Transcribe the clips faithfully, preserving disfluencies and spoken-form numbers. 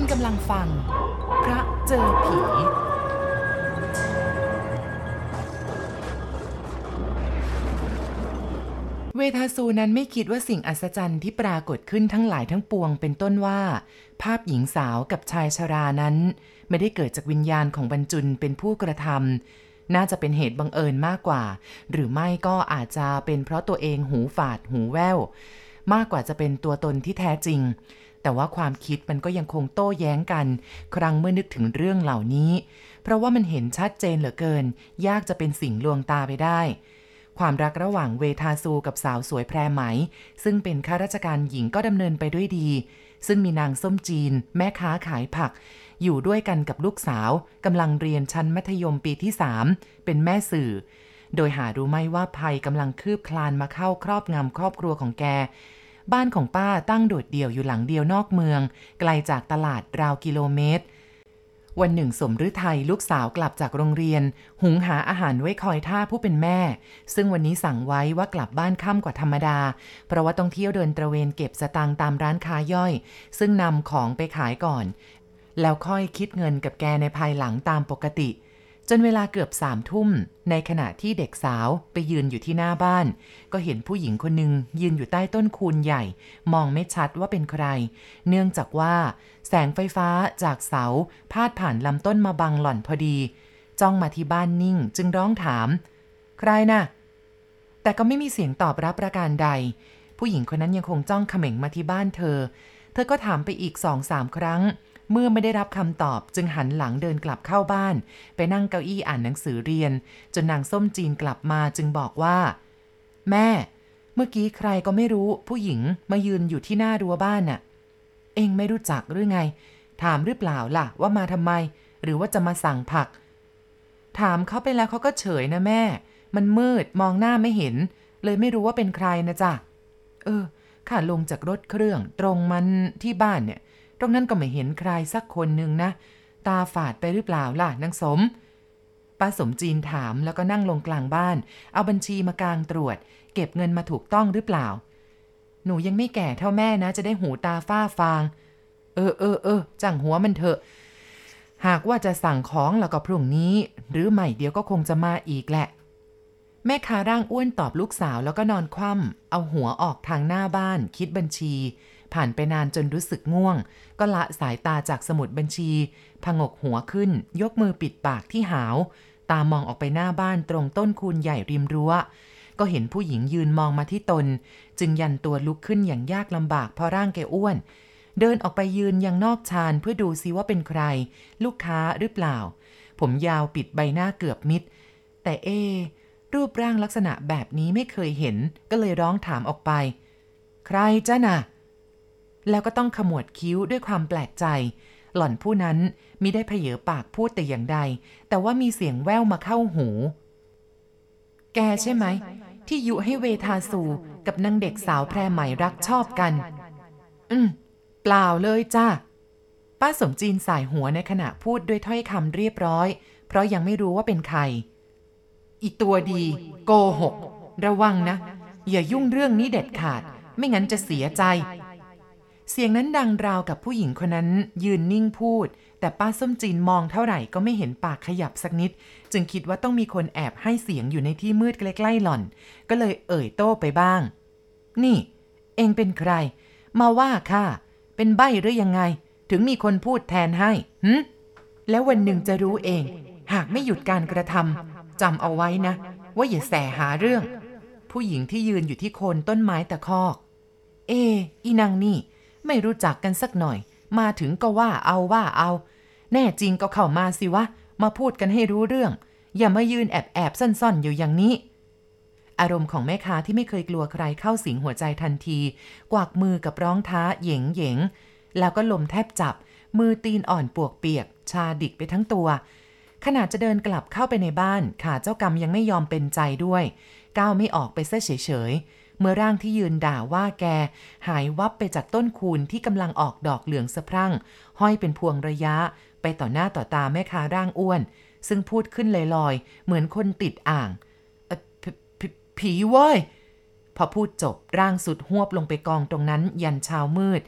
คุณกำลังฟังพระเจอผีเวทาซูนั้นไม่คิดว่าสิ่งอัศจรรย์ที่ปรากฏขึ้นทั้งหลายทั้งปวงเป็นต้นว่าภาพหญิงสาวกับชายชรานั้นไม่ได้เกิดจากวิญญาณของบรรจุลเป็นผู้กระทำน่าจะเป็นเหตุบังเอิญมากกว่าหรือไม่ก็อาจจะเป็นเพราะตัวเองหูฝาดหูแว่วมากกว่าจะเป็นตัวตนที่แท้จริงแต่ว่าความคิดมันก็ยังคงโต้แย้งกันครั้งเมื่อนึกถึงเรื่องเหล่านี้เพราะว่ามันเห็นชัดเจนเหลือเกินยากจะเป็นสิ่งลวงตาไปได้ความรักระหว่างเวทาซูกับสาวสวยแพรไหมซึ่งเป็นข้าราชการหญิงก็ดำเนินไปด้วยดีซึ่งมีนางส้มจีนแม่ค้าขายผักอยู่ด้วยกันกับลูกสาวกำลังเรียนชั้นมัธยมปีที่สามเป็นแม่สื่อโดยหารู้ไหมว่าภัยกำลังคืบคลานมาเข้าครอบงำครอบครัวของแกบ้านของป้าตั้งโดดเดี่ยวอยู่หลังเดียวนอกเมืองไกลจากตลาดราวกิโลเมตรวันหนึ่งสมฤทัยลูกสาวกลับจากโรงเรียนหุงหาอาหารไว้คอยท่าผู้เป็นแม่ซึ่งวันนี้สั่งไว้ว่ากลับบ้านค่ำกว่าธรรมดาเพราะว่าต้องเที่ยวเดินตระเวนเก็บสตางค์ตามร้านค้าย่อยซึ่งนำของไปขายก่อนแล้วค่อยคิดเงินกับแกในภายหลังตามปกติจนเวลาเกือบสามทุ่มในขณะที่เด็กสาวไปยืนอยู่ที่หน้าบ้านก็เห็นผู้หญิงคนหนึ่งยืนอยู่ใต้ต้นคูนใหญ่มองไม่ชัดว่าเป็นใครเนื่องจากว่าแสงไฟฟ้าจากเสาพาดผ่านลำต้นมาบังหล่อนพอดีจ้องมาที่บ้านนิ่งจึงร้องถามใครน่ะแต่ก็ไม่มีเสียงตอบรับประการใดผู้หญิงคนนั้นยังคงจ้องเขม็งมาที่บ้านเธอเธอก็ถามไปอีก สองสาม ครั้งเมื่อไม่ได้รับคำตอบจึงหันหลังเดินกลับเข้าบ้านไปนั่งเก้าอี้อ่านหนังสือเรียนจนนางส้มจีนกลับมาจึงบอกว่าแม่เมื่อกี้ใครก็ไม่รู้ผู้หญิงมายืนอยู่ที่หน้ารั้วบ้านน่ะเอ็งไม่รู้จักหรือไงถามหรือเปล่าล่ะว่ามาทำไมหรือว่าจะมาสั่งผักถามเขาไปแล้วเขาก็เฉยนะแม่มันมืดมองหน้าไม่เห็นเลยไม่รู้ว่าเป็นใครนะจ๊ะเออข้าลงจากรถเครื่องตรงมันที่บ้านเนี่ยตรงนั้นก็ไม่เห็นใครสักคนหนึ่งนะตาฝาดไปหรือเปล่าล่ะนางสมป้าสมจีนถามแล้วก็นั่งลงกลางบ้านเอาบัญชีมากางตรวจเก็บเงินมาถูกต้องหรือเปล่าหนูยังไม่แก่เท่าแม่นะจะได้หูตาฝ้าฟางเออเออเออจังหัวมันเถอะหากว่าจะสั่งของแล้วก็พรุ่งนี้หรือไม่เดี๋ยวก็คงจะมาอีกแหละแม่ค้าร่างอ้วนตอบลูกสาวแล้วก็นอนคว่ำเอาหัวออกทางหน้าบ้านคิดบัญชีผ่านไปนานจนรู้สึกง่วงก็ละสายตาจากสมุดบัญชีผงกหัวขึ้นยกมือปิดปากที่หาวตามองออกไปหน้าบ้านตรงต้นคูนใหญ่ริมรั้วก็เห็นผู้หญิงยืนมองมาที่ตนจึงยันตัวลุกขึ้นอย่างยากลำบากเพราะร่างแกอ้วนเดินออกไปยืนยังนอกชานเพื่อดูซิว่าเป็นใครลูกค้าหรือเปล่าผมยาวปิดใบหน้าเกือบมิดแต่เอรูปร่างลักษณะแบบนี้ไม่เคยเห็นก็เลยร้องถามออกไปใครจ้ะน่ะแล้วก็ต้องขมวดคิ้วด้วยความแปลกใจหล่อนผู้นั้นมิได้เผยปากพูดแต่อย่างใดแต่ว่ามีเสียงแว่วมาเข้าหูแกใช่ไหมที่ยุให้เวทาซูกับนางเด็กสาวแพรไหมรักชอบกันอืมเปล่าเลยจ้าป้าสมจีนสายหัวในขณะพูดด้วยถ้อยคำเรียบร้อยเพราะยังไม่รู้ว่าเป็นใครอีตัวดีโกหกระวังนะอย่ายุ่งเรื่องนี้เด็ดขาดไม่งั้นจะเสียใจเสียงนั้นดังราวกับผู้หญิงคนนั้นยืนนิ่งพูดแต่ป้าส้มจีนมองเท่าไหร่ก็ไม่เห็นปากขยับสักนิดจึงคิดว่าต้องมีคนแอบให้เสียงอยู่ในที่มืดใกล้ๆหล่อนก็เลยเอ่ยโต้ไปบ้างนี่เองเป็นใครมาว่าข้าเป็นใบ้หรือยังไงถึงมีคนพูดแทนให้หึแล้ววันหนึ่งจะรู้เองหากไม่หยุดการกระทำจำเอาไว้นะว่าอย่าแสหาเรื่องผู้หญิงที่ยืนอยู่ที่โคนต้นไม้ตะคอกเออีนางนี่ไม่รู้จักกันสักหน่อยมาถึงก็ว่าเอาว่าเอาแน่จริงก็เข้ามาสิวะมาพูดกันให้รู้เรื่องอย่ามายืนแอบแอบซ่อนๆอยู่อย่างนี้อารมณ์ของแม่ค้าที่ไม่เคยกลัวใครเข้าสิงหัวใจทันทีกวักมือกับร้องท้าเหย่งเหย่งแล้วก็ลมแทบจับมือตีนอ่อนปวกเปียกชาดิกไปทั้งตัวขณะจะเดินกลับเข้าไปในบ้านขาเจ้ากรรมยังไม่ยอมเป็นใจด้วยก้าวไม่ออกไปซะเฉยๆเมื่อร่างที่ยืนด่าว่าแกหายวับไปจากต้นคูนที่กำลังออกดอกเหลืองสะพรั่งห้อยเป็นพวงระยะไปต่อหน้าต่อตาแม่ค้าร่างอ้วนซึ่งพูดขึ้นลอยๆเหมือนคนติดอ่างผีเว้ยพอพูดจบร่างสุดหวบลงไปกองตรงนั้นยันเช้ามืด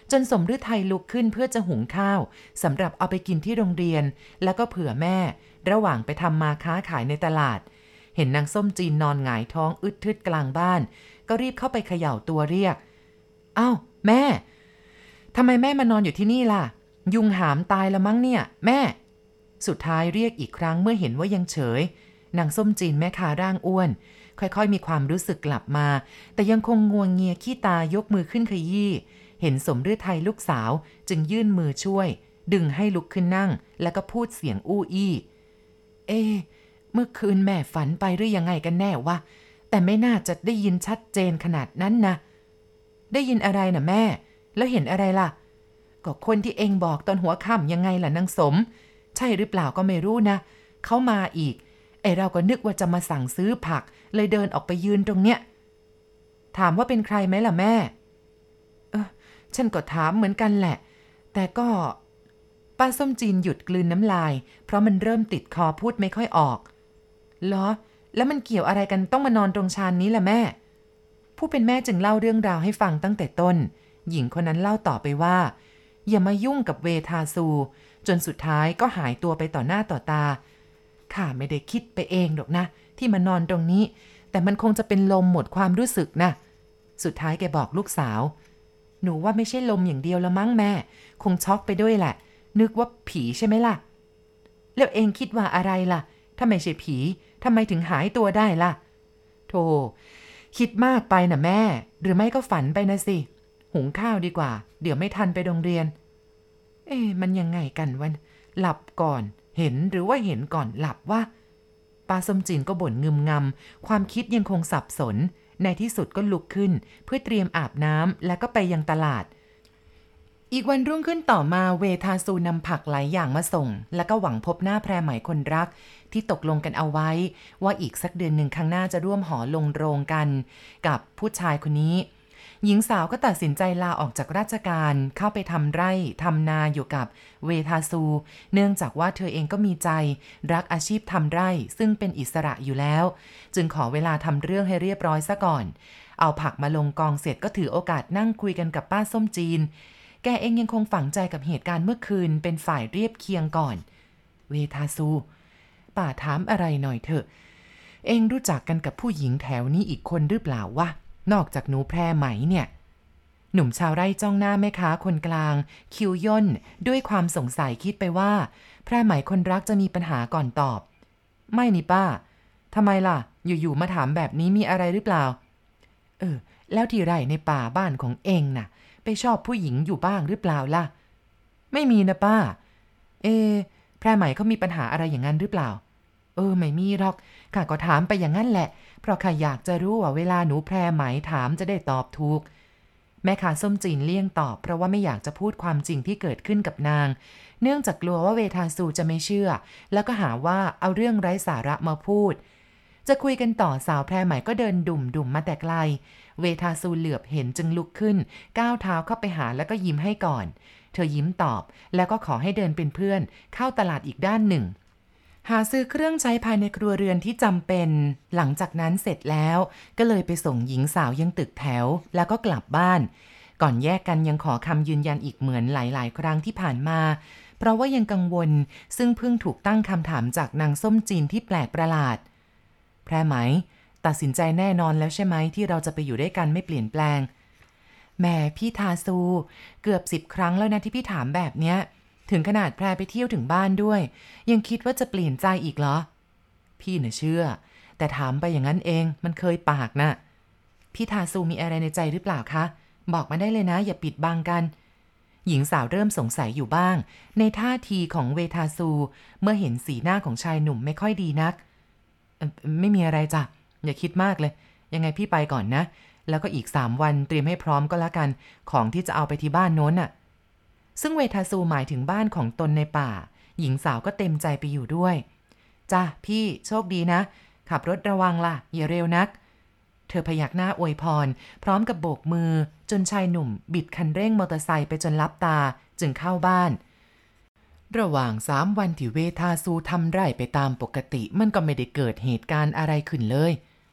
จนสมฤทัยลุกขึ้นเพื่อจะหุงข้าวสำหรับเอาไปกินที่โรงเรียนแล้วก็เผื่อแม่ระหว่างไปทำมาค้าขายในตลาดเห็นนางส้มจีนนอนหงายท้องอึดทึดกลางบ้านก็รีบเข้าไปเขย่าตัวเรียกอ้าวแม่ทำไมแม่มานอนอยู่ที่นี่ล่ะยุงหามตายละมั้งเนี่ยแม่สุดท้ายเรียกอีกครั้งเมื่อเห็นว่ายังเฉยนางส้มจีนแม่ค้าร่างอ้วนค่อยๆมีความรู้สึกกลับมาแต่ยังคงงัวงเงียขี้ตายกมือขึ้นขยี้เห็นสมฤทัยลูกสาวจึงยื่นมือช่วยดึงให้ลุกขึ้นนั่งแล้วก็พูดเสียงอู้อี้เอ๊ะเมื่อคืนแม่ฝันไปหรือยังไงกันแน่วะแต่ไม่น่าจะได้ยินชัดเจนขนาดนั้นนะได้ยินอะไรนะแม่แล้วเห็นอะไรล่ะก็คนที่เองบอกตอนหัวค่ำยังไงล่ะนางสมใช่หรือเปล่าก็ไม่รู้นะเขามาอีกไอเราก็นึกว่าจะมาสั่งซื้อผักเลยเดินออกไปยืนตรงเนี้ยถามว่าเป็นใครไหมล่ะแม่เออฉันก็ถามเหมือนกันแหละแต่ก็ป้าส้มจีนหยุดกลืนน้ำลายเพราะมันเริ่มติดคอพูดไม่ค่อยออกเหรอแล้วมันเกี่ยวอะไรกันต้องมานอนตรงชานนี้ล่ะแม่ผู้เป็นแม่จึงเล่าเรื่องราวให้ฟังตั้งแต่ต้นหญิงคนนั้นเล่าต่อไปว่าอย่ามายุ่งกับเวทาซูจนสุดท้ายก็หายตัวไปต่อหน้าต่อตาข้าไม่ได้คิดไปเองหรอกนะที่มานอนตรงนี้แต่มันคงจะเป็นลมหมดความรู้สึกนะสุดท้ายแกบอกลูกสาวหนูว่าไม่ใช่ลมอย่างเดียวละมั้งแม่คงช็อกไปด้วยแหละนึกว่าผีใช่ไหมล่ะแล้วเองคิดว่าอะไรล่ะถ้าไม่ใช่ผีทำไมถึงหายตัวได้ล่ะโธ่คิดมากไปนะแม่หรือไม่ก็ฝันไปนะสิหุงข้าวดีกว่าเดี๋ยวไม่ทันไปโรงเรียนเอ๊ะมันยังไงกันวันหลับก่อนเห็นหรือว่าเห็นก่อนหลับวะป้าส้มจีนก็บ่นงึมงำความคิดยังคงสับสนในที่สุดก็ลุกขึ้นเพื่อเตรียมอาบน้ำแล้วก็ไปยังตลาดอีกวันรุ่งขึ้นต่อมาเวทาซูนำผักหลายอย่างมาส่งแล้วก็หวังพบหน้าแพรไหมคนรักที่ตกลงกันเอาไว้ว่าอีกสักเดือนหนึ่งข้างหน้าจะร่วมหอลงโรงกันกับผู้ชายคนนี้หญิงสาวก็ตัดสินใจลาออกจากราชการเข้าไปทำไร่ทำนาอยู่กับเวทาซูเนื่องจากว่าเธอเองก็มีใจรักอาชีพทำไร่ซึ่งเป็นอิสระอยู่แล้วจึงขอเวลาทำเรื่องให้เรียบร้อยซะก่อนเอาผักมาลงกองเสร็จก็ถือโอกาสนั่งคุยกันกับป้าส้มจีนแกเองยังคงฝังใจกับเหตุการณ์เมื่อคืนเป็นฝ่ายเรียบเคียงก่อนเวทาซูป้าถามอะไรหน่อยเถอะเองรู้จักกันกับผู้หญิงแถวนี้อีกคนหรือเปล่าวะนอกจากหนูแพรไหมเนี่ยหนุ่มชาวไร่จ้องหน้าแม่ค้าคนกลางคิ้วย่นด้วยความสงสัยคิดไปว่าแพรไหมคนรักจะมีปัญหาก่อนตอบไม่นี่ป้าทำไมล่ะอยู่ๆมาถามแบบนี้มีอะไรหรือเปล่าเออแล้วที่ไร่ในป่าบ้านของเองน่ะไปชอบผู้หญิงอยู่บ้างหรือเปล่าล่ะไม่มีนะป้าเอแพรไหมเขามีปัญหาอะไรอย่างนั้นหรือเปล่าเออไม่มีหรอกข้าก็ถามไปอย่างนั้นแหละเพราะข้าอยากจะรู้ว่าเวลาหนูแพรไหมถามจะได้ตอบถูกแม่ค้าส้มจีนเลี่ยงตอบเพราะว่าไม่อยากจะพูดความจริงที่เกิดขึ้นกับนางเนื่องจากกลัวว่าเวทาซูจะไม่เชื่อแล้วก็หาว่าเอาเรื่องไร้สาระมาพูดจะคุยกันต่อสาวแพรไหมก็เดินดุ่มดุ่มมาแต่ไกลเวทาซูเหลือบเห็นจึงลุกขึ้นก้าวเท้าเข้าไปหาแล้วก็ยิ้มให้ก่อนเธอยิ้มตอบแล้วก็ขอให้เดินเป็นเพื่อนเข้าตลาดอีกด้านหนึ่งหาซื้อเครื่องใช้ภายในครัวเรือนที่จำเป็นหลังจากนั้นเสร็จแล้วก็เลยไปส่งหญิงสาวยังตึกแถวแล้วก็กลับบ้านก่อนแยกกันยังขอคำยืนยันอีกเหมือนหลายๆครั้งที่ผ่านมาเพราะว่ายังกังวลซึ่งเพิ่งถูกตั้งคำถามจากนางส้มจีนที่แปลกประหลาดแพรไหมตัดสินใจแน่นอนแล้วใช่ไหมที่เราจะไปอยู่ด้วยกันไม่เปลี่ยนแปลงแหมพี่ทาซูเกือบสิบครั้งแล้วนะที่พี่ถามแบบเนี้ยถึงขนาดแพรไปเที่ยวถึงบ้านด้วยยังคิดว่าจะเปลี่ยนใจอีกเหรอพี่น่ะเชื่อแต่ถามไปอย่างนั้นเองมันเคยปากนะพี่ทาซูมีอะไรในใจหรือเปล่าคะบอกมาได้เลยนะอย่าปิดบังกันหญิงสาวเริ่มสงสัยอยู่บ้างในท่าทีของเวทาซูเมื่อเห็นสีหน้าของชายหนุ่มไม่ค่อยดีนักไม่มีอะไรจ้ะอย่าคิดมากเลยยังไงพี่ไปก่อนนะแล้วก็อีกสามวันเตรียมให้พร้อมก็แล้วกันของที่จะเอาไปที่บ้านโน้นน่ะซึ่งเวทาซูหมายถึงบ้านของตนในป่าหญิงสาวก็เต็มใจไปอยู่ด้วยจ้ะพี่โชคดีนะขับรถระวังล่ะอย่าเร็วนักเธอพยักหน้าอวยพรพร้อมกับโบกมือจนชายหนุ่มบิดคันเร่งมอเตอร์ไซค์ไปจนลับตาจึงเข้าบ้านระหว่างสามวันที่เวทาซูทำไร่ไปตามปกติมันก็ไม่ได้เกิดเหตุการณ์อะไรขึ้นเลย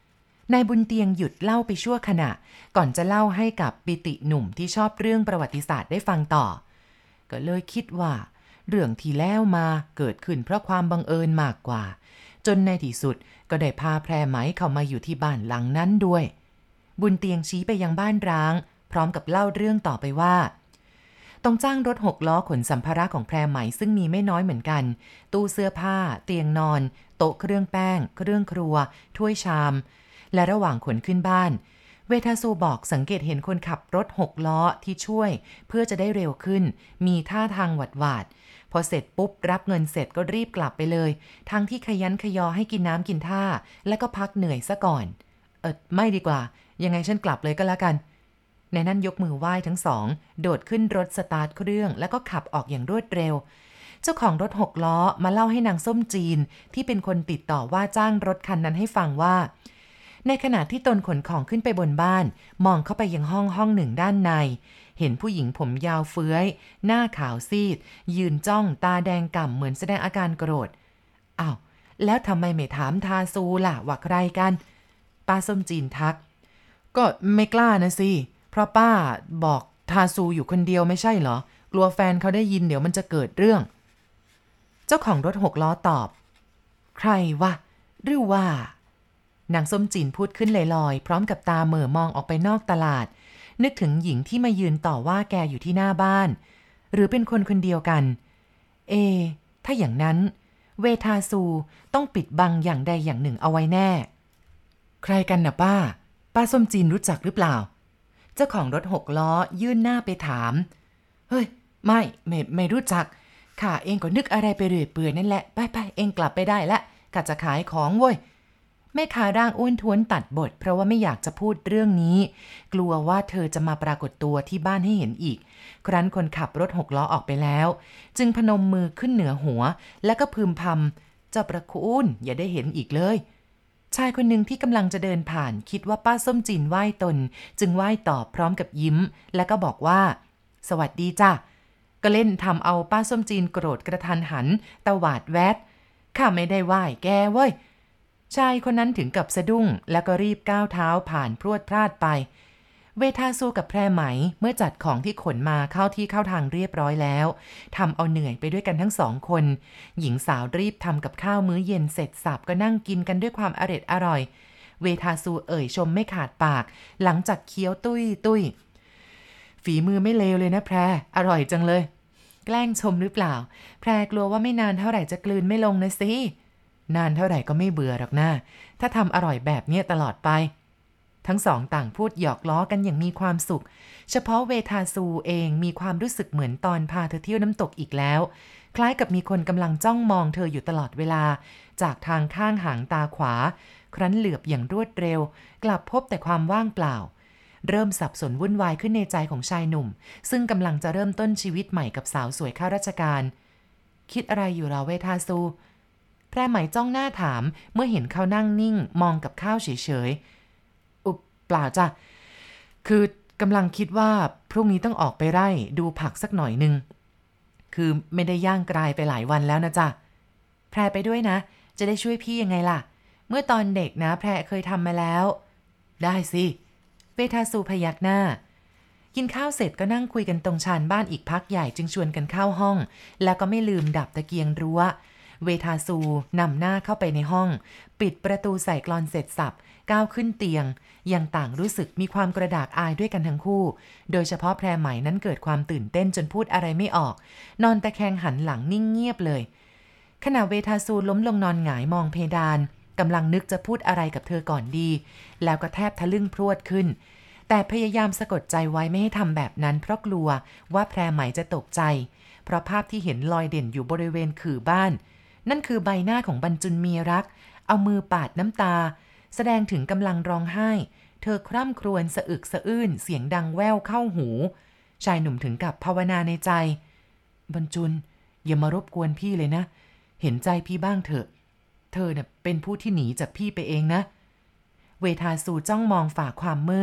นายบุญเตียงหยุดเล่าไปชั่วขณะก่อนจะเล่าให้กับปิติหนุ่มที่ชอบเรื่องประวัติศาสตร์ได้ฟังต่อก็เลยคิดว่าเรื่องที่แล้วมาเกิดขึ้นเพราะความบังเอิญมากกว่าจนในที่สุดก็ได้พาแพรไหมเข้ามาอยู่ที่บ้านหลังนั้นด้วยบุญเตียงชี้ไปยังบ้านร้างพร้อมกับเล่าเรื่องต่อไปว่าต้องจ้างรถหกล้อขนสัมภาระของแพรไหมซึ่งมีไม่น้อยเหมือนกันตู้เสื้อผ้าเตียงนอนโต๊ะเครื่องแป้งเครื่องครัวถ้วยชามและระหว่างขนขึ้นบ้านเวทาซูบอกสังเกตเห็นคนขับรถหกล้อที่ช่วยเพื่อจะได้เร็วขึ้นมีท่าทางหวาดหวาดพอเสร็จปุ๊บรับเงินเสร็จก็รีบกลับไปเลยทั้งที่ขยันขยอให้กินน้ำกินท่าแล้วก็พักเหนื่อยซะก่อนเออไม่ดีกว่ายังไงฉันกลับเลยก็แล้วกันในนั้นยกมือไหว้ทั้งสองโดดขึ้นรถสตาร์ทเครื่องแล้วก็ขับออกอย่างรวดเร็วเจ้าของรถหกล้อมาเล่าให้นางส้มจีนที่เป็นคนติดต่อว่าจ้างรถคันนั้นให้ฟังว่าในขณะที่ตนขนของขึ้นไปบนบ้านมองเข้าไปยังห้องห้องหนึ่งด้านในเห็นผู้หญิงผมยาวเฟื้อยหน้าขาวซีดยืนจ้องตาแดงก่ำเหมือนแสดงอาการโกรธอ้าวแล้วทำไมไม่ถามทาซูล่ะว่าใครกันป้าส้มจีนทักก็ไม่กล้านะสิเพราะป้าบอกทาซูอยู่คนเดียวไม่ใช่เหรอกลัวแฟนเขาได้ยินเดี๋ยวมันจะเกิดเรื่องเจ้าของรถหกล้อตอบใครวะหรือว่านางส้มจีนพูดขึ้นลอยๆพร้อมกับตาเหม่อมองออกไปนอกตลาดนึกถึงหญิงที่มายืนต่อว่าแกอยู่ที่หน้าบ้านหรือเป็นคนคนเดียวกันเอถ้าอย่างนั้นเวทาซูต้องปิดบังอย่างใดอย่างหนึ่งเอาไว้แน่ใครกันนะป้าป้าส้มจีนรู้จักหรือเปล่าเจ้าของรถหกล้อยื่นหน้าไปถามเฮ้ยไม่ไม่ไม่รู้จักข้าเองก็นึกอะไรไปเรื่อยเปื่อยนั่นแหละไปไปเองกลับไปได้ละข้าจะขายของเว้ยแม่ค้าร่างอ้วนท้วนตัดบทเพราะว่าไม่อยากจะพูดเรื่องนี้กลัวว่าเธอจะมาปรากฏตัวที่บ้านให้เห็นอีกครั้นคนขับรถหกล้อออกไปแล้วจึงพนมมือขึ้นเหนือหัวแล้วก็พึมพำเจ้าประคุณอย่าได้เห็นอีกเลยชายคนหนึ่งที่กำลังจะเดินผ่านคิดว่าป้าส้มจีนไหว้ตนจึงไหว้ตอบพร้อมกับยิ้มแล้วก็บอกว่าสวัสดีจ้ะก็เล่นทำเอาป้าส้มจีนโกรธกระทันหันตวาดแวดข้าไม่ได้ไหว้แกเว้ยชายคนนั้นถึงกับสะดุ้งแล้วก็รีบก้าวเท้าผ่านพรวดพลาดไปเวทาซูกับแพรไหมเมื่อจัดของที่ขนมาเข้าที่เข้าทางเรียบร้อยแล้วทำเอาเหนื่อยไปด้วยกันทั้งสองคนหญิงสาวรีบทำกับข้าวมื้อเย็นเสร็จสับก็นั่งกินกันด้วยความอร็ดอร่อยเวทาซูเอ่ยชมไม่ขาดปากหลังจากเคี้ยวตุ้ยตุ้ยฝีมือไม่เลวเลยนะแพรอร่อยจังเลยแกล้งชมหรือเปล่าแพรกลัวว่าไม่นานเท่าไหร่จะกลืนไม่ลงนะสินานเท่าไหร่ก็ไม่เบื่อหรอกนะถ้าทำอร่อยแบบนี้ตลอดไปทั้งสองต่างพูดหยอกล้อกันอย่างมีความสุขเฉพาะเวทาซูเองมีความรู้สึกเหมือนตอนพาเธอเที่ยวน้ำตกอีกแล้วคล้ายกับมีคนกำลังจ้องมองเธออยู่ตลอดเวลาจากทางข้างหางตาขวาครั้นเหลือบอย่างรวดเร็วกลับพบแต่ความว่างเปล่าเริ่มสับสนวุ่นวายขึ้นในใจของชายหนุ่มซึ่งกำลังจะเริ่มต้นชีวิตใหม่กับสาวสวยข้าราชการคิดอะไรอยู่เหรอเวทาซูแพรไหมจ้องหน้าถามเมื่อเห็นเขานั่งนิ่งมองกับข้าวเฉยๆอุบเปล่าจ้ะคือกำลังคิดว่าพรุ่งนี้ต้องออกไปไร่ดูผักสักหน่อยนึงคือไม่ได้ย่างกรายไปหลายวันแล้วนะจ๊ะแพรไปด้วยนะจะได้ช่วยพี่ยังไงล่ะเมื่อตอนเด็กนะแพรเคยทำมาแล้วได้สิเวทาซูพยักหน้ากินข้าวเสร็จก็นั่งคุยกันตรงชานบ้านอีกพักใหญ่จึงชวนกันเข้าห้องแล้วก็ไม่ลืมดับตะเกียงรั้วเวทาซูนำหน้าเข้าไปในห้องปิดประตูใส่กลอนเสร็จสับก้าวขึ้นเตียงยังต่างรู้สึกมีความกระดากอายด้วยกันทั้งคู่โดยเฉพาะแพรไหมนั้นเกิดความตื่นเต้นจนพูดอะไรไม่ออกนอนตะแคงหันหลังนิ่งเงียบเลยขณะเวทาซูล้มลงนอนหงายมองเพดานกำลังนึกจะพูดอะไรกับเธอก่อนดีแล้วก็แทบทะลึ่งพรวดขึ้นแต่พยายามสะกดใจไว้ไม่ให้ทำแบบนั้นเพราะกลัวว่าแพรไหมจะตกใจเพราะภาพที่เห็นลอยเด่นอยู่บริเวณขื่อบ้านนั่นคือใบหน้าของบรรจุนมีรักเอามือปาดน้ำตาแสดงถึงกำลังร้องไห้เธอคร่ำครวญสะอึกสะอื้นเสียงดังแว่วเข้าหูชายหนุ่มถึงกับภาวนาในใจบรรจุนอย่ามารบกวนพี่เลยนะเห็นใจพี่บ้างเถอะเธอน่ะเป็นผู้ที่หนีจากพี่ไปเองนะเวทาซูจ้องมองฝ่าความมืด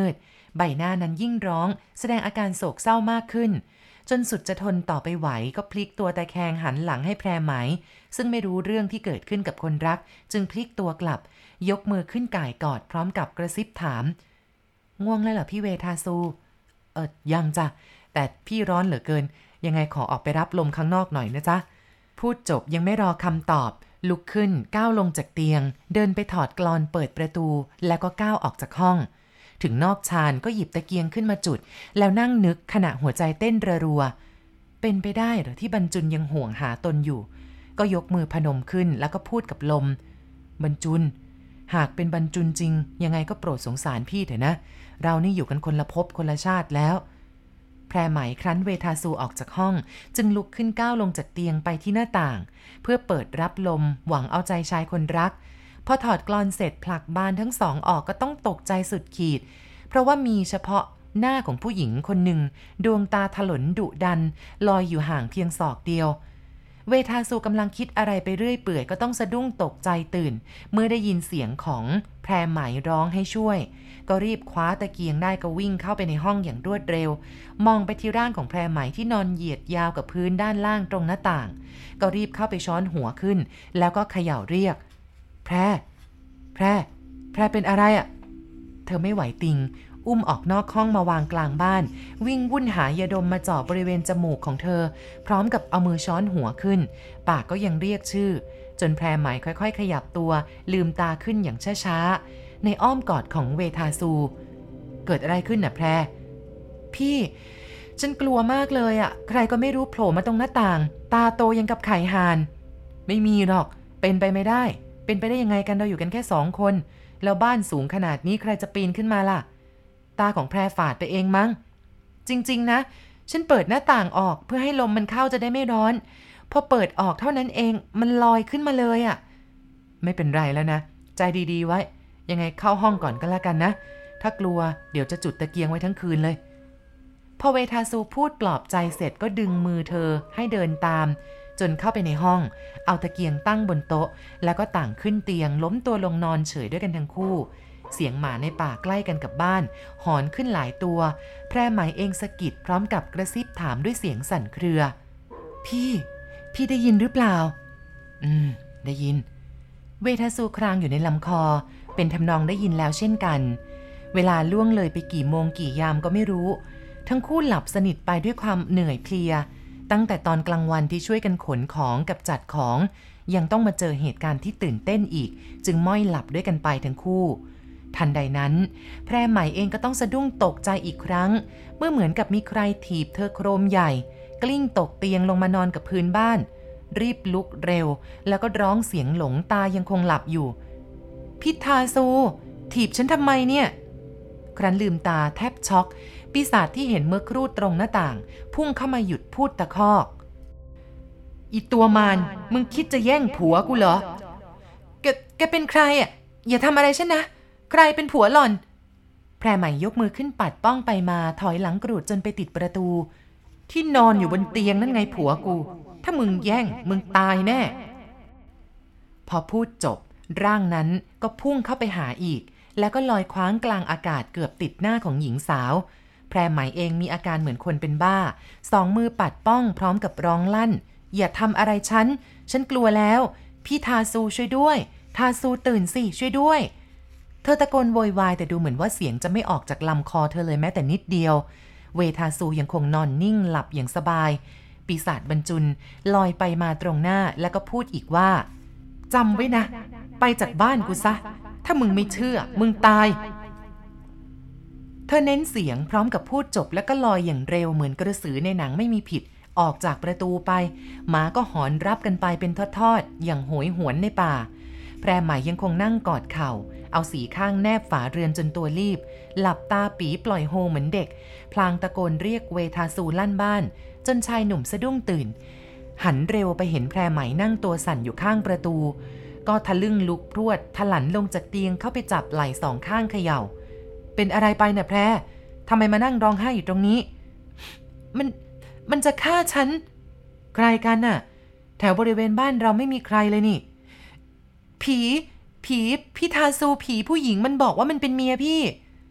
ใบหน้านั้นยิ่งร้องแสดงอาการโศกเศร้ามากขึ้นจนสุดจะทนต่อไปไหวก็พลิกตัวตะแคงหันหลังให้แพรไหมซึ่งไม่รู้เรื่องที่เกิดขึ้นกับคนรักจึงพลิกตัวกลับยกมือขึ้นก่ายกอดพร้อมกับกระซิบถามง่วงแล้วเหรอพี่เวทาซูเออยังจ้ะแต่พี่ร้อนเหลือเกินยังไงขอออกไปรับลมข้างนอกหน่อยนะจ๊ะพูดจบยังไม่รอคำตอบลุกขึ้นก้าวลงจากเตียงเดินไปถอดกลอนเปิดประตูแล้วก็ก้าวออกจากห้องถึงนอกชานก็หยิบตะเกียงขึ้นมาจุดแล้วนั่งนึกขณะหัวใจเต้นรัวๆเป็นไปได้หรือที่บรรจุนยังห่วงหาตนอยู่ก็ยกมือพนมขึ้นแล้วก็พูดกับลมบรรจุนหากเป็นบรรจุนจริงยังไงก็โปรดสงสารพี่เถอะนะเรานี่อยู่กันคนละภพคนละชาติแล้วแพรไหมครั้นเวทาซูออกจากห้องจึงลุกขึ้นก้าวลงจากเตียงไปที่หน้าต่างเพื่อเปิดรับลมหวังเอาใจชายคนรักพอถอดกลอนเสร็จผลักบานทั้งสองออกก็ต้องตกใจสุดขีดเพราะว่ามีเฉพาะหน้าของผู้หญิงคนหนึ่งดวงตาถลนดุดันลอยอยู่ห่างเพียงศอกเดียวเวทาซูกำลังคิดอะไรไปเรื่อยเปื่อยก็ต้องสะดุ้งตกใจตื่นเมื่อได้ยินเสียงของแพรไหมร้องให้ช่วยก็รีบคว้าตะเกียงได้ก็วิ่งเข้าไปในห้องอย่างรวดเร็วมองไปที่ร่างของแพรไหมที่นอนเหยียดยาวกับพื้นด้านล่างตรงหน้าต่างก็รีบเข้าไปช้อนหัวขึ้นแล้วก็เขย่าเรียกแพรแพรแพรเป็นอะไรอ่ะเธอไม่ไหวติงอุ้มออกนอกห้องมาวางกลางบ้านวิ่งวุ่นหายาดมมาจ่อบริเวณจมูกของเธอพร้อมกับเอามือช้อนหัวขึ้นปากก็ยังเรียกชื่อจนแพรไหมค่อยๆขยับตัวลืมตาขึ้นอย่างช้าๆในอ้อมกอดของเวทาซูเกิดอะไรขึ้นน่ะแพรพี่ฉันกลัวมากเลยอ่ะใครก็ไม่รู้โผล่มาตรงหน้าต่างตาโตยังกับไข่ห่านไม่มีหรอกเป็นไปไม่ได้เป็นไปได้ยังไงกันเราอยู่กันแค่สองคนแล้วบ้านสูงขนาดนี้ใครจะปีนขึ้นมาล่ะตาของแพรฝาดไปเองมั้งจริงๆนะฉันเปิดหน้าต่างออกเพื่อให้ลมมันเข้าจะได้ไม่ร้อนพอเปิดออกเท่านั้นเองมันลอยขึ้นมาเลยอ่ะไม่เป็นไรแล้วนะใจดีๆไว้ยังไงเข้าห้องก่อนก็แล้วกันนะถ้ากลัวเดี๋ยวจะจุดตะเกียงไว้ทั้งคืนเลยพอเวทาซูพูดปลอบใจเสร็จก็ดึงมือเธอให้เดินตามจนเข้าไปในห้องเอาตะเกียงตั้งบนโต๊ะแล้วก็ต่างขึ้นเตียงล้มตัวลงนอนเฉยด้วยกันทั้งคู่เสียงหมาในป่าใกล้กันกับบ้านหอนขึ้นหลายตัวแพรไหมเองสะกิดพร้อมกับกระซิบถามด้วยเสียงสั่นเครือพี่พี่ได้ยินหรือเปล่าอืมได้ยินเวทาซูครางอยู่ในลำคอเป็นทำนองได้ยินแล้วเช่นกันเวลาล่วงเลยไปกี่โมงกี่ยามก็ไม่รู้ทั้งคู่หลับสนิทไปด้วยความเหนื่อยเพลียตั้งแต่ตอนกลางวันที่ช่วยกันขนของกับจัดของยังต้องมาเจอเหตุการณ์ที่ตื่นเต้นอีกจึงม้อยหลับด้วยกันไปทั้งคู่ทันใดนั้นแพรไหมเองก็ต้องสะดุ้งตกใจอีกครั้งเมื่อเหมือนกับมีใครถีบเธอโครมใหญ่กลิ้งตกเตียงลงมานอนกับพื้นบ้านรีบลุกเร็วแล้วก็ร้องเสียงหลงตายังคงหลับอยู่พิทาซูถีบฉันทำไมเนี่ยครั้นลืมตาแทบช็อกปีศาจที่เห็นเมื่อครู่ตรงหน้าต่างพุ่งเข้ามาหยุดพูดตะคอกอีตัวมารมึงคิดจะแย่งผัวกูเหรอแกแกเป็นใครอ่ะอย่าทำอะไรฉันนะใครเป็นผัวหล่อนแพรไหมยกมือขึ้นปัดป้องไปมาถอยหลังกรูดจนไปติดประตูที่นอนอยู่บนเตียงนั่นไงผัวกูถ้ามึงแย่งมึงตายแน่พอพูดจบร่างนั้นก็พุ่งเข้าไปหาอีกแล้วก็ลอยคว้างกลางอากาศเกือบติดหน้าของหญิงสาวแพรไหมเองมีอาการเหมือนคนเป็นบ้าสองมือปัดป้องพร้อมกับร้องลั่นอย่าทำอะไรฉันฉันกลัวแล้วพี่ทาซูช่วยด้วยทาซูตื่นสิช่วยด้วยเธอตะโกนโวยวายแต่ดูเหมือนว่าเสียงจะไม่ออกจากลำคอเธอเลยแม้แต่นิดเดียวเวทาซูยังคงนอนนิ่งหลับอย่างสบายปีศาจบรรจุนลอยไปมาตรงหน้าแล้วก็พูดอีกว่าจำไว้นะไปจากบ้านกูซะถ้ามึงไม่เชื่อมึงตายเธอเน้นเสียงพร้อมกับพูดจบแล้วก็ลอยอย่างเร็วเหมือนกระสือในหนังไม่มีผิดออกจากประตูไปหมาก็หอนรับกันไปเป็นทอดๆอย่างโหยหวนในป่าแพรไหมยังคงนั่งกอดเข่าเอาสีข้างแนบฝาเรือนจนตัวรีบหลับตาปีปล่อยโฮเหมือนเด็กพลางตะโกนเรียกเวทาซูลั่นบ้านจนชายหนุ่มสะดุ้งตื่นหันเร็วไปเห็นแพรไหมนั่งตัวสั่นอยู่ข้างประตูก็ทะลึ่งลุกพรวดถลันลงจากเตียงเข้าไปจับไหล่สองข้างเขย่าเป็นอะไรไปน่ะแพรทำไมมานั่งร้องไห้อยู่ตรงนี้มันมันจะฆ่าฉันใครกันน่ะแถวบริเวณบ้านเราไม่มีใครเลยนี่ผีผีพี่ทาซูผีผู้หญิงมันบอกว่ามันเป็นเมียพี่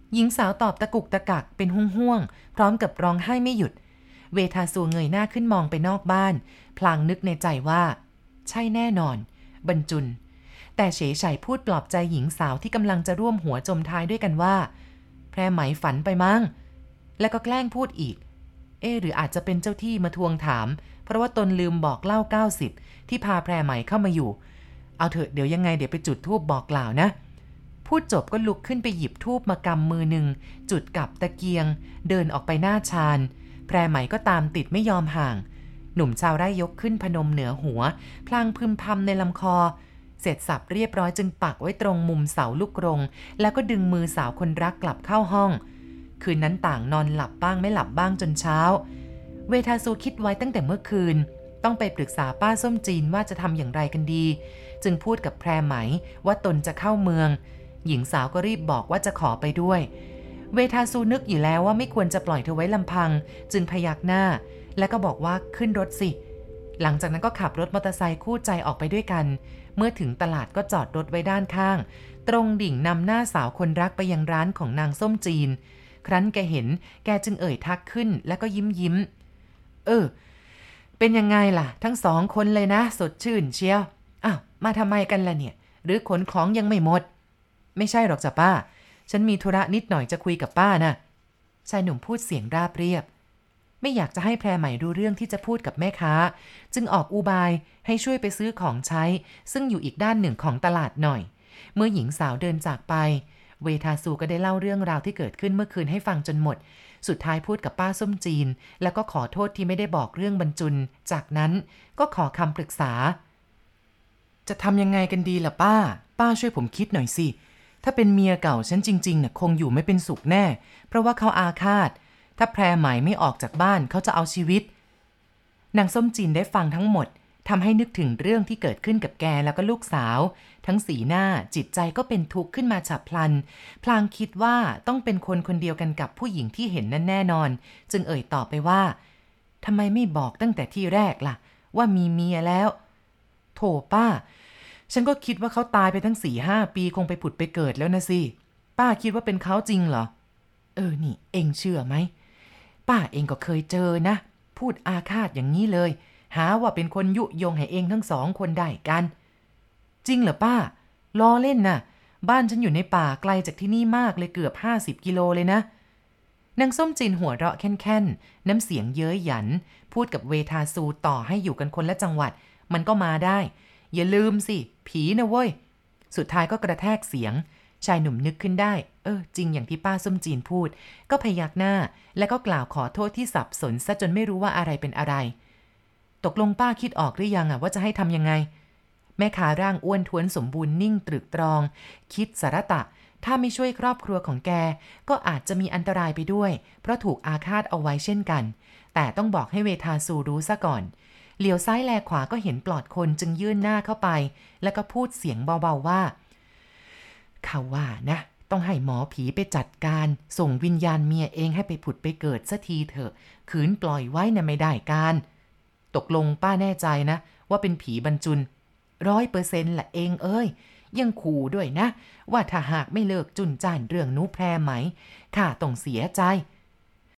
หญิงสาวตอบตะกุกตะกักเป็นห่วงๆพร้อมกับร้องไห้ไม่หยุดเวทาซูเงยหน้าขึ้นมองไปนอกบ้านพลางนึกในใจว่าใช่แน่นอนบรรจุนแต่เฉยชัยพูดปลอบใจหญิงสาวที่กำลังจะร่วมหัวจมท้ายด้วยกันว่าแพรไหมฝันไปมั้งแล้วก็แกล้งพูดอีกเอ๊ะหรืออาจจะเป็นเจ้าที่มาทวงถามเพราะว่าตนลืมบอกเล่าเก้าสิบที่พาแพรไหมเข้ามาอยู่เอาเถอะเดี๋ยวยังไงเดี๋ยวไปจุดธูปบอกกล่าวนะพูดจบก็ลุกขึ้นไปหยิบธูปมากำมือหนึ่งจุดกับตะเกียงเดินออกไปหน้าชานแพรไหมก็ตามติดไม่ยอมห่างหนุ่มชาวไร่ยกขึ้นพนมเหนือหัวพลางพึมพำในลำคอเสร็จสับเรียบร้อยจึงปักไว้ตรงมุมเสาลูกกรงแล้วก็ดึงมือสาวคนรักกลับเข้าห้องคืนนั้นต่างนอนหลับบ้างไม่หลับบ้างจนเช้าเวทาซูคิดไว้ตั้งแต่เมื่อคืนต้องไปปรึกษาป้าส้มจีนว่าจะทำอย่างไรกันดีจึงพูดกับแพรไหมว่าตนจะเข้าเมืองหญิงสาวก็รีบบอกว่าจะขอไปด้วยเวทาซูนึกอยู่แล้วว่าไม่ควรจะปล่อยเธอไว้ลำพังจึงพยักหน้าแล้วก็บอกว่าขึ้นรถสิหลังจากนั้นก็ขับรถมอเตอร์ไซค์คู่ใจออกไปด้วยกันเมื่อถึงตลาดก็จอดรถไว้ด้านข้างตรงดิ่งนำหน้าสาวคนรักไปยังร้านของนางส้มจีนครั้นแกเห็นแกจึงเอ่ยทักขึ้นแล้วก็ยิ้มยิ้มเออเป็นยังไงล่ะทั้งสองคนเลยนะสดชื่นเชียวอ้าวมาทำไมกันล่ะเนี่ยหรือขนของยังไม่หมดไม่ใช่หรอกจ้ะป้าฉันมีธุระนิดหน่อยจะคุยกับป้านะชายหนุ่มพูดเสียงราบเรียบไม่อยากจะให้แพรใหม่รู้เรื่องที่จะพูดกับแม่ค้าจึงออกอุบายให้ช่วยไปซื้อของใช้ซึ่งอยู่อีกด้านหนึ่งของตลาดหน่อยเมื่อหญิงสาวเดินจากไปเวทาซูก็ได้เล่าเรื่องราวที่เกิดขึ้นเมื่อคืนให้ฟังจนหมดสุดท้ายพูดกับป้าส้มจีนแล้วก็ขอโทษที่ไม่ได้บอกเรื่องบรรจุนจากนั้นก็ขอคำปรึกษาจะทำยังไงกันดีล่ะป้าป้าช่วยผมคิดหน่อยสิถ้าเป็นเมียเก่าฉันจริงๆเนี่ยคงอยู่ไม่เป็นสุขแน่เพราะว่าเขาอาฆาตถ้าแพรไหมไม่ออกจากบ้านเขาจะเอาชีวิตนางส้มจีนได้ฟังทั้งหมดทำให้นึกถึงเรื่องที่เกิดขึ้นกับแกแล้วก็ลูกสาวทั้งสีหน้าจิตใจก็เป็นทุกข์ขึ้นมาฉับพลันพลางคิดว่าต้องเป็นคนคนเดียวกันกับผู้หญิงที่เห็นนั่นแน่นอนจึงเอ่ยตอบไปว่าทำไมไม่บอกตั้งแต่ที่แรกล่ะว่ามีเมียแล้วโถป้าฉันก็คิดว่าเขาตายไปทั้งสี่ห้าปีคงไปผุดไปเกิดแล้วนะสิป้าคิดว่าเป็นเขาจริงเหรอเออนี่เอ็งเชื่อไหมป้าเองก็เคยเจอนะพูดอาฆาตอย่างนี้เลยหาว่าเป็นคนยุยงให้เองทั้งสองคนได้กันจริงเหรอป้าล้อเล่นน่ะบ้านฉันอยู่ในป่าไกลจากที่นี่มากเลยเกือบห้าสิบกิโลเลยนะนางส้มจีนหัวเราะแค่นๆน้ำเสียงเย้ยหยันพูดกับเวทาซูต่อให้อยู่กันคนละจังหวัดมันก็มาได้อย่าลืมสิผีนะเว้ยสุดท้ายก็กระแทกเสียงชายหนุ่มนึกขึ้นได้เออจริงอย่างที่ป้าส้มจีนพูดก็พยักหน้าแล้วก็กล่าวขอโทษที่สับสนซะจนไม่รู้ว่าอะไรเป็นอะไรตกลงป้าคิดออกหรือยังอะว่าจะให้ทำยังไงแม่ค้าร่างอ้วนท้วนสมบูรณ์นิ่งตรึกตรองคิดสารตะถ้าไม่ช่วยครอบครัวของแกก็อาจจะมีอันตรายไปด้วยเพราะถูกอาฆาตเอาไว้เช่นกันแต่ต้องบอกให้เวทาซูรู้ซะก่อนเหลียวซ้ายแลขวาก็เห็นปลอดคนจึงยื่นหน้าเข้าไปแล้วก็พูดเสียงเบาๆว่าเขาว่านะต้องให้หมอผีไปจัดการส่งวิญญาณเมียเองให้ไปผุดไปเกิดสักทีเถอะขืนปล่อยไว้นะไม่ได้การตกลงป้าแน่ใจนะว่าเป็นผีบรรจุนร้อยเปอร์เซ็นต์แหละเองเอ้ยยังขู่ด้วยนะว่าถ้าหากไม่เลิกจุนจ้านเรื่องนู้แพรไหมข้าต้องเสียใจ